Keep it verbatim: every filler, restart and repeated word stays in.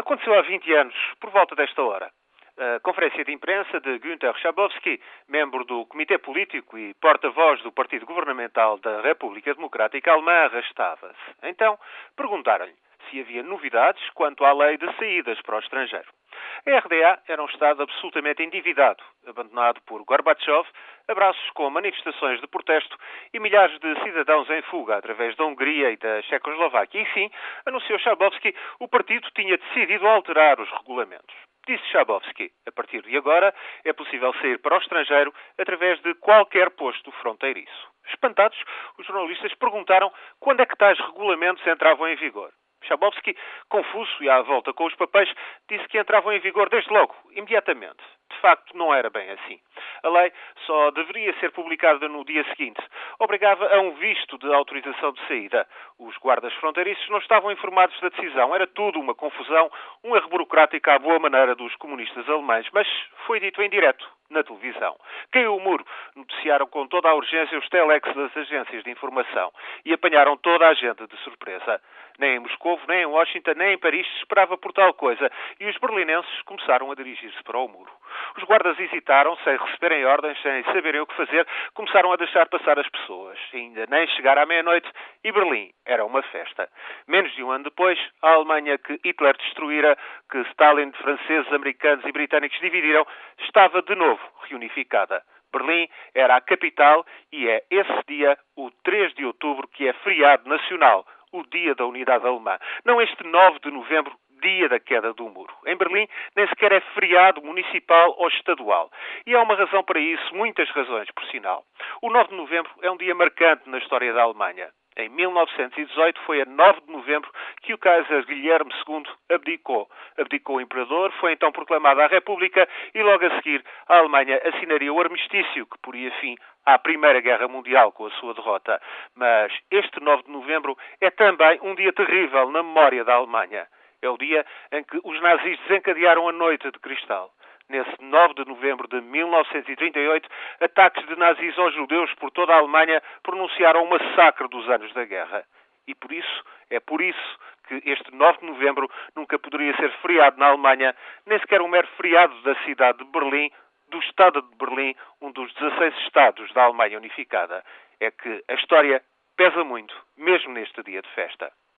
Aconteceu há vinte anos, por volta desta hora. A conferência de imprensa de Günter Schabowski, membro do Comitê Político e porta-voz do Partido Governamental da República Democrática Alemã, arrastava-se. Então, perguntaram-lhe se havia novidades quanto à lei de saídas para o estrangeiro. A R D A era um Estado absolutamente endividado, abandonado por Gorbachev, abraços com manifestações de protesto e milhares de cidadãos em fuga através da Hungria e da Checoslováquia. E sim, anunciou Schabowski, o partido tinha decidido alterar os regulamentos. Disse Schabowski, a partir de agora é possível sair para o estrangeiro através de qualquer posto fronteiriço. Espantados, os jornalistas perguntaram quando é que tais regulamentos entravam em vigor. Schabowski, confuso e à volta com os papéis, disse que entravam em vigor desde logo, imediatamente. De facto, não era bem assim. A lei só deveria ser publicada no dia seguinte. Obrigava a um visto de autorização de saída. Os guardas fronteiriços não estavam informados da decisão. Era tudo uma confusão, um erro burocrático à boa maneira dos comunistas alemães. Mas foi dito em direto, na televisão. Caiu o muro. Noticiaram com toda a urgência os telex das agências de informação. E apanharam toda a gente de surpresa. Nem em Moscovo, nem em Washington, nem em Paris se esperava por tal coisa. E os berlinenses começaram a dirigir-se para o muro. Os guardas hesitaram, sem receberem ordens, sem saberem o que fazer, começaram a deixar passar as pessoas. Ainda nem chegaram à meia-noite e Berlim era uma festa. Menos de um ano depois, a Alemanha que Hitler destruíra, que Stalin, franceses, americanos e britânicos dividiram, estava de novo reunificada. Berlim era a capital e é esse dia, o três de outubro, que é feriado nacional, o Dia da Unidade Alemã. Não este nove de novembro, dia da queda do muro. Em Berlim nem sequer é feriado municipal ou estadual. E há uma razão para isso, muitas razões, por sinal. O nove de novembro é um dia marcante na história da Alemanha. Em mil novecentos e dezoito foi a nove de novembro que o Kaiser Guilherme segundo abdicou. Abdicou o imperador, foi então proclamada a República e logo a seguir a Alemanha assinaria o armistício que poria fim à Primeira Guerra Mundial com a sua derrota. Mas este nove de novembro é também um dia terrível na memória da Alemanha. É o dia em que os nazis desencadearam a Noite de Cristal. Nesse nove de novembro de mil novecentos e trinta e oito, ataques de nazis aos judeus por toda a Alemanha pronunciaram o massacre dos anos da guerra. E por isso, é por isso que este nove de novembro nunca poderia ser feriado na Alemanha, nem sequer um mero feriado da cidade de Berlim, do Estado de Berlim, um dos dezasseis Estados da Alemanha unificada. É que a história pesa muito, mesmo neste dia de festa.